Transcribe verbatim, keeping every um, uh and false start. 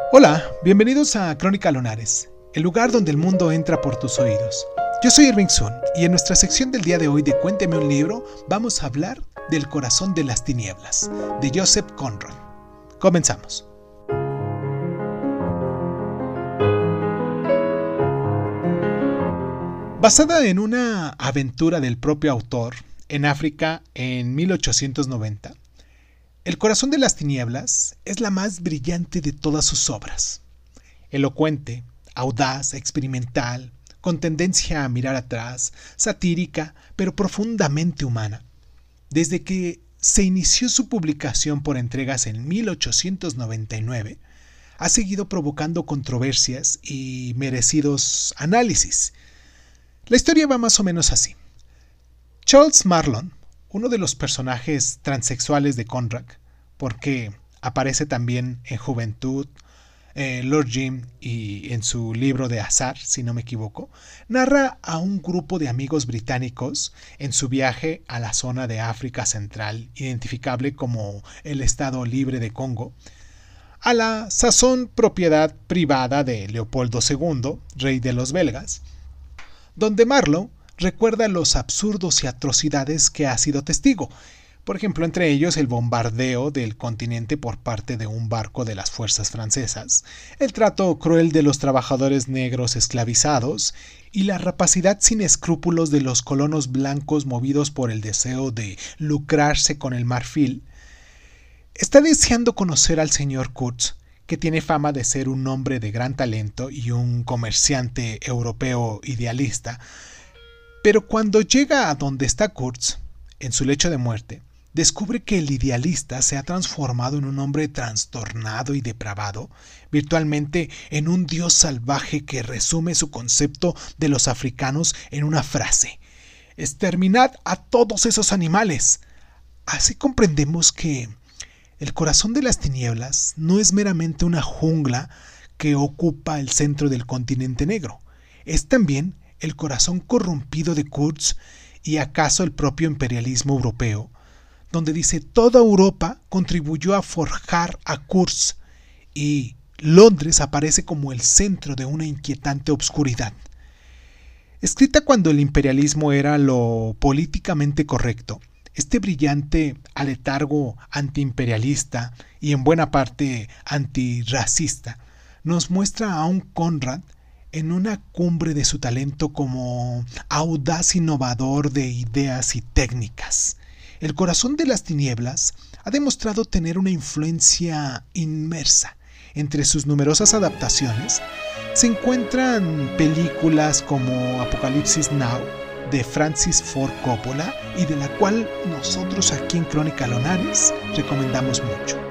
Hola, bienvenidos a Crónica Lunares, el lugar donde el mundo entra por tus oídos. Yo soy Irving Sun y en nuestra sección del día de hoy de Cuénteme un libro vamos a hablar del Corazón de las Tinieblas, de Joseph Conrad. Comenzamos. Basada en una aventura del propio autor en África en mil ochocientos noventa, El Corazón de las Tinieblas es la más brillante de todas sus obras. Elocuente, audaz, experimental, con tendencia a mirar atrás, satírica, pero profundamente humana. Desde que se inició su publicación por entregas en mil ochocientos noventa y nueve, ha seguido provocando controversias y merecidos análisis. La historia va más o menos así. Charles Marlon, uno de los personajes transexuales de Conrad, porque aparece también en Juventud, eh, Lord Jim y en su libro de Azar, si no me equivoco, narra a un grupo de amigos británicos en su viaje a la zona de África Central, identificable como el Estado Libre de Congo, a la sazón propiedad privada de Leopoldo segundo, rey de los belgas, donde Marlowe recuerda los absurdos y atrocidades que ha sido testigo, por ejemplo, entre ellos el bombardeo del continente por parte de un barco de las fuerzas francesas, el trato cruel de los trabajadores negros esclavizados y la rapacidad sin escrúpulos de los colonos blancos movidos por el deseo de lucrarse con el marfil. Está deseando conocer al señor Kurtz, que tiene fama de ser un hombre de gran talento y un comerciante europeo idealista. Pero cuando llega a donde está Kurtz, en su lecho de muerte, descubre que el idealista se ha transformado en un hombre trastornado y depravado, virtualmente en un dios salvaje que resume su concepto de los africanos en una frase: exterminad a todos esos animales. Así comprendemos que el Corazón de las Tinieblas no es meramente una jungla que ocupa el centro del continente negro, es también el corazón corrompido de Kurtz y acaso el propio imperialismo europeo, donde dice toda Europa contribuyó a forjar a Kurtz y Londres aparece como el centro de una inquietante obscuridad. Escrita cuando el imperialismo era lo políticamente correcto, este brillante aletargo antiimperialista y en buena parte antirracista nos muestra a un Conrad en una cumbre de su talento como audaz innovador de ideas y técnicas. El Corazón de las Tinieblas ha demostrado tener una influencia inmersa. Entre sus numerosas adaptaciones se encuentran películas como Apocalipsis Now, de Francis Ford Coppola, y de la cual nosotros aquí en Crónica Lunares recomendamos mucho.